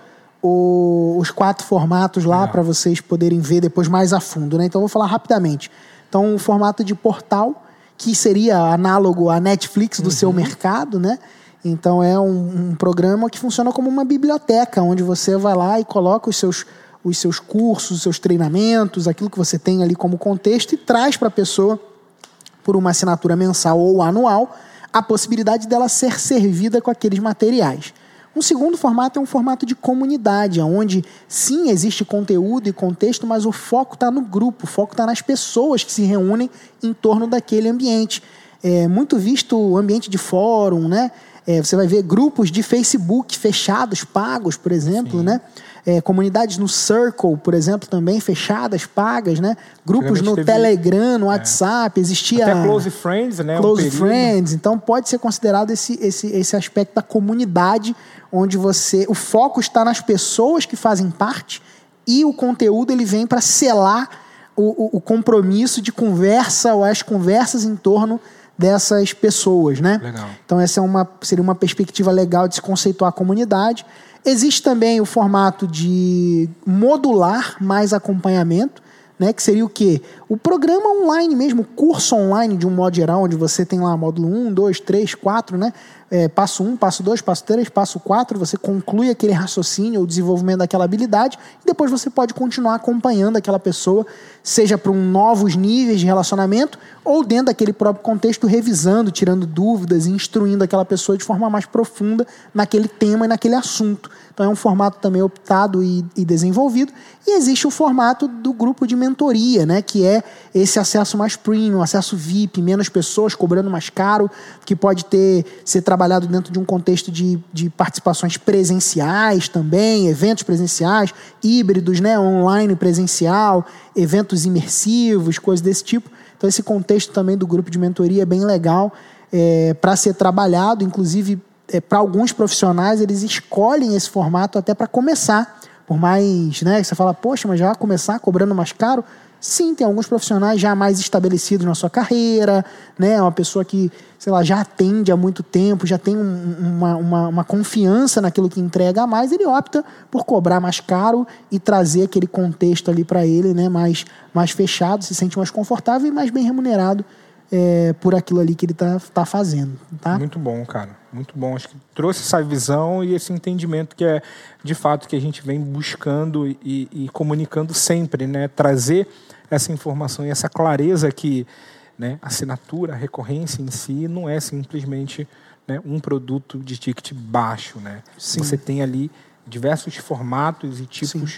os 4 formatos lá para vocês poderem ver depois mais a fundo, né? Então, eu vou falar rapidamente. Então, o formato de portal, que seria análogo à Netflix do seu mercado, né? Então, é um programa que funciona como uma biblioteca, onde você vai lá e coloca os seus cursos, os seus treinamentos, aquilo que você tem ali como contexto e traz para a pessoa, por uma assinatura mensal ou anual, a possibilidade dela ser servida com aqueles materiais. Um segundo formato é um formato de comunidade, onde sim existe conteúdo e contexto, mas o foco está no grupo, o foco está nas pessoas que se reúnem em torno daquele ambiente. É muito visto o ambiente de fórum, né? Você vai ver grupos de Facebook fechados, pagos, por exemplo, né? Comunidades no Circle, por exemplo, também fechadas, pagas, né? Grupos no Telegram, no WhatsApp, existia... Até Close Friends, né? Close Friends, então pode ser considerado esse aspecto da comunidade, onde o foco está nas pessoas que fazem parte e o conteúdo ele vem para selar o compromisso de conversa ou as conversas em torno dessas pessoas, né? Legal. Então essa seria uma perspectiva legal de se conceituar a comunidade. Existe também o formato de modular mais acompanhamento, né, que seria o quê? O programa online mesmo, o curso online de um modo geral, onde você tem lá módulo 1, 2, 3, 4, né? Passo 1, passo 2, passo 3, passo 4, você conclui aquele raciocínio ou desenvolvimento daquela habilidade e depois você pode continuar acompanhando aquela pessoa, seja para novos níveis de relacionamento ou dentro daquele próprio contexto, revisando, tirando dúvidas e instruindo aquela pessoa de forma mais profunda naquele tema e naquele assunto. Então é um formato também optado e desenvolvido. E existe o formato do grupo de mentoria, né, que é esse acesso mais premium, acesso VIP, menos pessoas cobrando mais caro, que pode ser trabalhado dentro de um contexto de participações presenciais também, eventos presenciais, híbridos, né? Online presencial, eventos imersivos, coisas desse tipo. Então esse contexto também do grupo de mentoria é bem legal para ser trabalhado, inclusive para alguns profissionais eles escolhem esse formato até para começar. Por mais, né, que você fala, poxa, mas já vai começar cobrando mais caro? Sim, tem alguns profissionais já mais estabelecidos na sua carreira, né, uma pessoa que, sei lá, já atende há muito tempo, já tem uma confiança naquilo que entrega a mais, ele opta por cobrar mais caro e trazer aquele contexto ali para ele, né, mais fechado, se sente mais confortável e mais bem remunerado por aquilo ali que ele tá fazendo. Tá? Muito bom, cara. Muito bom. Acho que trouxe essa visão e esse entendimento que é, de fato, que a gente vem buscando e comunicando sempre, né? Trazer essa informação e essa clareza que, né, a assinatura, a recorrência em si não é simplesmente, né, um produto de ticket baixo, né? Sim. Você tem ali diversos formatos e tipos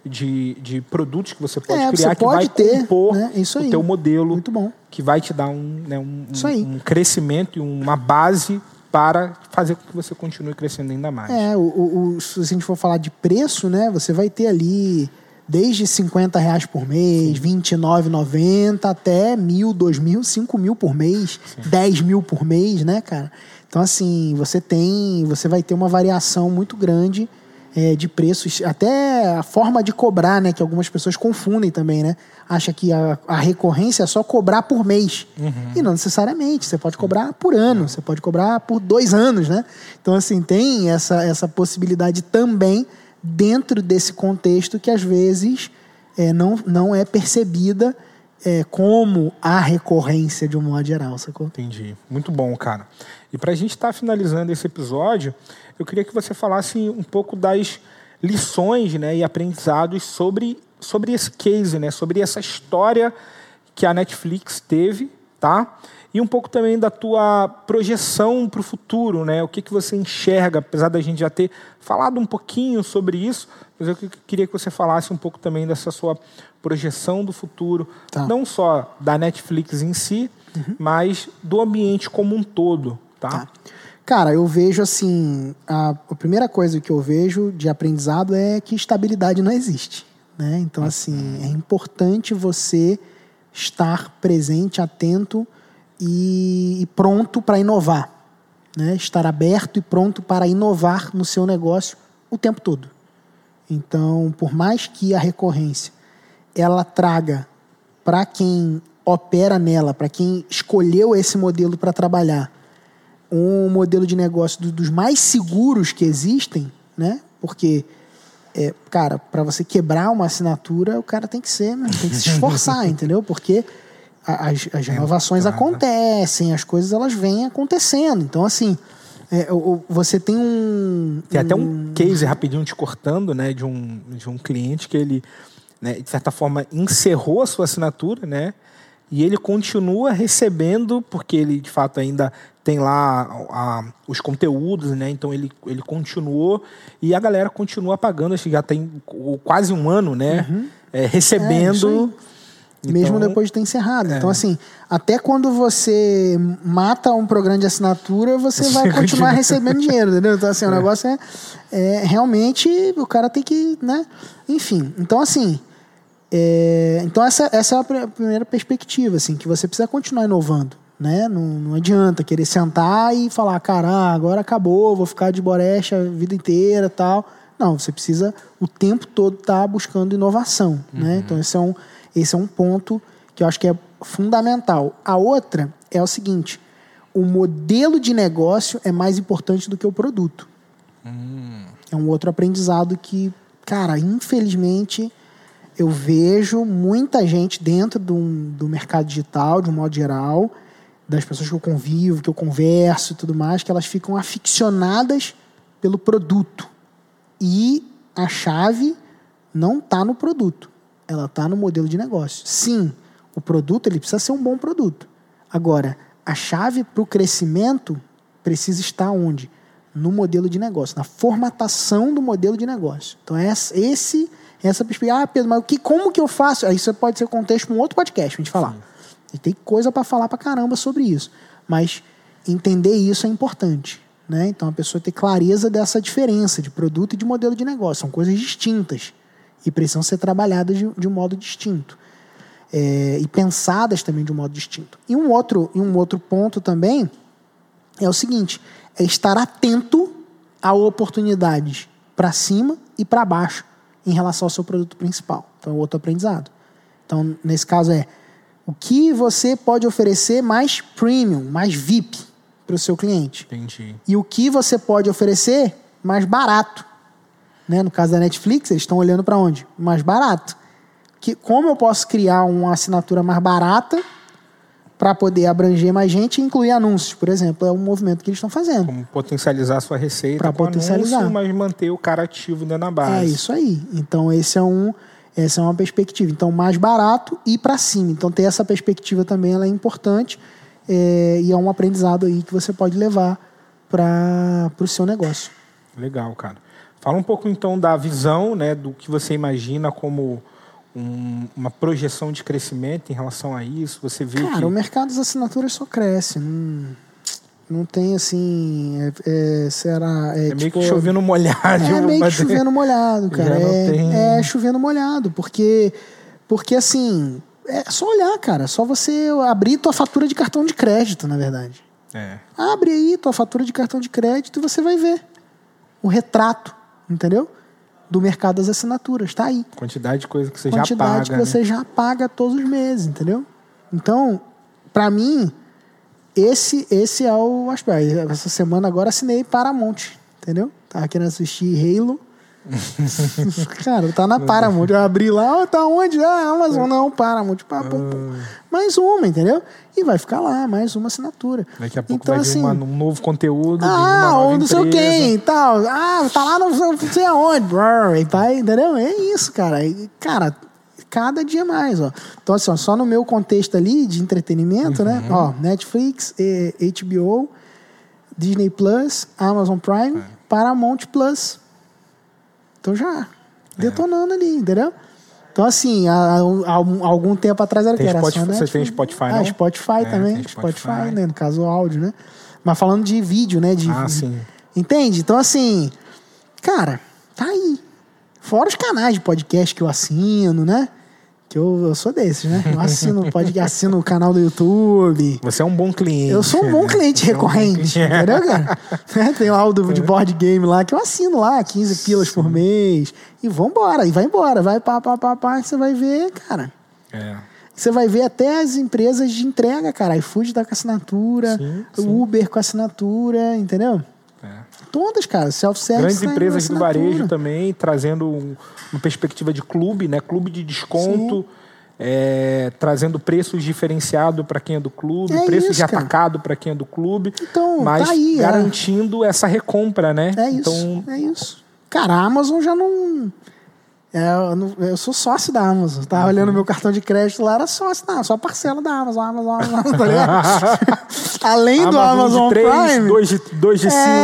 de produtos que você pode criar, que vai compor, né, o teu modelo. Muito bom. Que vai te dar um crescimento e uma base para fazer com que você continue crescendo ainda mais. Se a gente for falar de preço, né, você vai ter ali desde R$50 por mês, R$29,90 até R$1.000, R$2.000, R$5.000 por mês, R$10.000 por mês, né, cara? Então, assim, você vai ter uma variação muito grande de preços, até a forma de cobrar, né, que algumas pessoas confundem também, né? Acha que a recorrência é só cobrar por mês. E não necessariamente, você pode cobrar por ano, você pode cobrar por 2 anos, né? Então, assim, tem essa possibilidade também dentro desse contexto que às vezes não é percebida como a recorrência de um modo geral, sacou? Entendi. Muito bom, cara. E para a gente estar finalizando esse episódio, eu queria que você falasse um pouco das lições, né, e aprendizados sobre esse case, né, sobre essa história que a Netflix teve, tá? E um pouco também da tua projeção para o futuro, né? O que você enxerga, apesar da gente já ter falado um pouquinho sobre isso, mas eu queria que você falasse um pouco também dessa sua projeção do futuro, não só da Netflix em si, mas do ambiente como um todo, tá? Cara, eu vejo assim, a primeira coisa que eu vejo de aprendizado é que estabilidade não existe, né? Então, assim, é importante você estar presente, atento e pronto para inovar, né? Estar aberto e pronto para inovar no seu negócio o tempo todo. Então, por mais que a recorrência ela traga para quem opera nela, para quem escolheu esse modelo para trabalhar, um modelo de negócio dos mais seguros que existem, né? Porque, cara, para você quebrar uma assinatura, o cara tem que se esforçar, entendeu? Porque as renovações acontecem, as coisas elas vêm acontecendo. Então, assim, você tem Tem até um case, rapidinho te cortando, né, de um cliente que ele, né, de certa forma, encerrou a sua assinatura, né? E ele continua recebendo, porque ele, de fato, ainda tem lá os conteúdos, né? Então, ele continuou e a galera continua pagando. Acho que já tem quase 1 ano, né? Recebendo. Mesmo depois de ter encerrado. Então, assim, até quando você mata um programa de assinatura, você vai continuar recebendo dinheiro, entendeu? Então, assim, o negócio realmente, o cara tem que, né? Enfim, então, assim... Então essa é a primeira perspectiva, assim, que você precisa continuar inovando, né? Não adianta querer sentar e falar, cara, agora acabou, vou ficar de borecha a vida inteira, tal. Não, você precisa o tempo todo estar buscando inovação, né? Então esse é um ponto que eu acho que é fundamental. A outra é o seguinte: o modelo de negócio é mais importante do que o produto. É um outro aprendizado que, cara, infelizmente eu vejo muita gente dentro do mercado digital, de um modo geral, das pessoas que eu convivo, que eu converso e tudo mais, que elas ficam aficionadas pelo produto. E a chave não está no produto, ela está no modelo de negócio. Sim, o produto ele precisa ser um bom produto. Agora, a chave para o crescimento precisa estar onde? No modelo de negócio, na formatação do modelo de negócio. Então, esse Essa perspectiva, Pedro, mas como que eu faço? Aí isso pode ser contexto para um outro podcast, pra gente falar. E tem coisa para falar pra caramba sobre isso. Mas entender isso é importante, né? Então a pessoa ter clareza dessa diferença de produto e de modelo de negócio. São coisas distintas e precisam ser trabalhadas de um modo distinto. E pensadas também de um modo distinto. E um outro ponto também é o seguinte, é estar atento a oportunidades para cima e para baixo em relação ao seu produto principal. Então, é outro aprendizado. Então, nesse caso o que você pode oferecer mais premium, mais VIP para o seu cliente. Entendi. E o que você pode oferecer mais barato. Né? No caso da Netflix, eles estão olhando para onde? Mais barato. Como eu posso criar uma assinatura mais barata para poder abranger mais gente e incluir anúncios, por exemplo. É um movimento que eles estão fazendo. Como potencializar a sua receita com anúncio, mas manter o cara ativo dentro da base. É isso aí. Então, essa é uma perspectiva. Então, mais barato e para cima. Então, ter essa perspectiva também ela é importante e é um aprendizado aí que você pode levar para o seu negócio. Legal, cara. Fala um pouco, então, da visão, né, do que você imagina como uma projeção de crescimento em relação a isso. Você vê Cara, o mercado das assinaturas só cresce. Não tem assim... meio que chovendo molhado. É meio que chovendo molhado, cara. É chovendo molhado. Porque assim... É só olhar, cara. Só você abrir tua fatura de cartão de crédito, na verdade. Abre aí tua fatura de cartão de crédito e você vai ver o retrato, entendeu? Do mercado das assinaturas, tá aí. Quantidade de coisa que você Quantidade que você já paga todos os meses, entendeu? Então, pra mim, esse é o aspecto. Essa semana agora assinei Paramount, entendeu? Tava querendo assistir Halo. Cara, tá na Paramount. Eu abri lá, tá onde? Amazon, não, Paramount. Mais uma, entendeu? E vai ficar lá, mais uma assinatura. Daqui a pouco então, vai vir um novo conteúdo. Ou não sei quem e tal. Tá lá não sei aonde. E vai, entendeu? É isso, cara. E, cara, cada dia mais, ó. Então, assim, ó, só no meu contexto ali de entretenimento, né? Ó, Netflix, HBO, Disney Plus, Amazon Prime, Paramount Plus. Então já detonando ali, entendeu? Então, assim, há algum tempo atrás era que era só, né? Você tem Spotify, não? Spotify também. Spotify, né? No caso, o áudio, né? Mas falando de vídeo, né? Sim. Entende? Então, assim, cara, tá aí. Fora os canais de podcast que eu assino, né? Que eu sou desses, né? Eu assino o canal do YouTube. Você é um bom cliente. Eu sou um bom cliente recorrente, entendeu, cara? Tem lá o de board game lá, que eu assino lá, 15 pilas por mês. E vambora, e vai embora. Vai pá, você vai ver, cara. Você vai ver até as empresas de entrega, cara. iFood tá com assinatura, Uber com assinatura, entendeu? Todas, cara. Self-service. Grandes empresas do varejo também, trazendo uma perspectiva de clube, né? Clube de desconto, trazendo preços diferenciados para quem é do clube, preços de atacado para quem é do clube, então, mas tá aí, garantindo essa recompra, né? É isso. Cara, a Amazon já não... Eu sou sócio da Amazon. Tava olhando meu cartão de crédito lá, era sócio, só parcela da Amazon, tá ligado? Além do Amazon de 3, Prime. 2 de 5, 2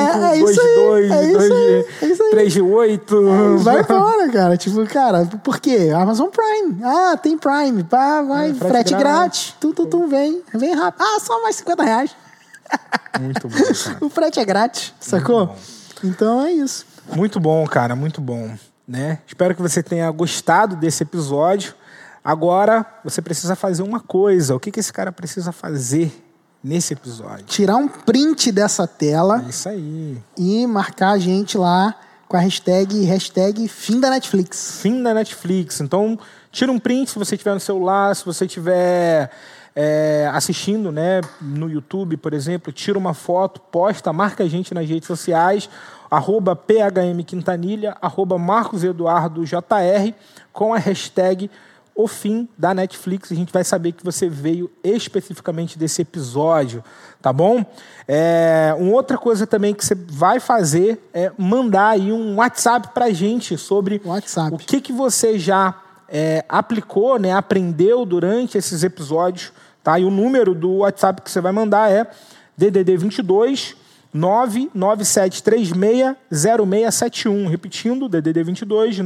de 2, 3 de 8. Vai embora, cara. Tipo, cara, por quê? Amazon Prime. Tem Prime. Vai, frete grátis. Vem rápido. Só mais R$50. Muito bom, cara. O frete é grátis, sacou? Então é isso. Muito bom, cara, muito bom. Né? Espero que você tenha gostado desse episódio. Agora, você precisa fazer uma coisa. O que esse cara precisa fazer nesse episódio? Tirar um print dessa tela. Isso aí. E marcar a gente lá com a hashtag fim da Netflix. Fim da Netflix. Então, tira um print se você estiver no celular, se você estiver assistindo, né, no YouTube, por exemplo, tira uma foto, posta, marca a gente nas redes sociais, @PHMQuintanilha, @MarcosEduardoJR, com a hashtag O Fim da Netflix. A gente vai saber que você veio especificamente desse episódio, tá bom? Uma outra coisa também que você vai fazer é mandar aí um WhatsApp pra gente sobre o que você já aplicou, né, aprendeu durante esses episódios, tá? E o número do WhatsApp que você vai mandar é DDD 22 997360671. Repetindo, DDD 22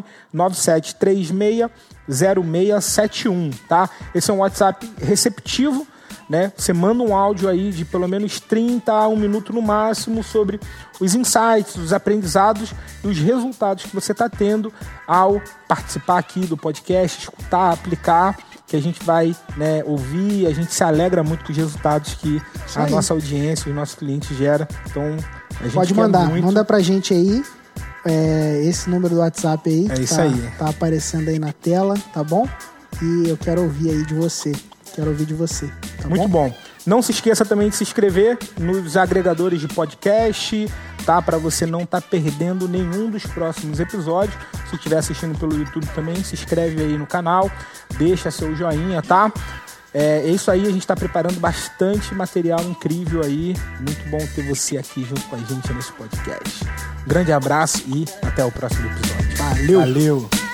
997360671, tá? Esse é um WhatsApp receptivo, né? Você manda um áudio aí de pelo menos 30 a 1 minuto no máximo sobre os insights, os aprendizados e os resultados que você está tendo ao participar aqui do podcast, escutar, aplicar, que a gente vai, né, ouvir. A gente se alegra muito com os resultados que a nossa audiência, os nossos clientes geram. Então, a gente pode mandar, manda pra gente aí. Esse número do WhatsApp aí. É isso aí. Tá aparecendo aí na tela, tá bom? E eu quero ouvir aí de você. Tá muito bom. Não se esqueça também de se inscrever nos agregadores de podcast, tá? Para você não estar perdendo nenhum dos próximos episódios. Se estiver assistindo pelo YouTube também, se inscreve aí no canal, deixa seu joinha, tá? É isso aí, a gente está preparando bastante material incrível aí. Muito bom ter você aqui junto com a gente nesse podcast. Grande abraço e até o próximo episódio. Valeu!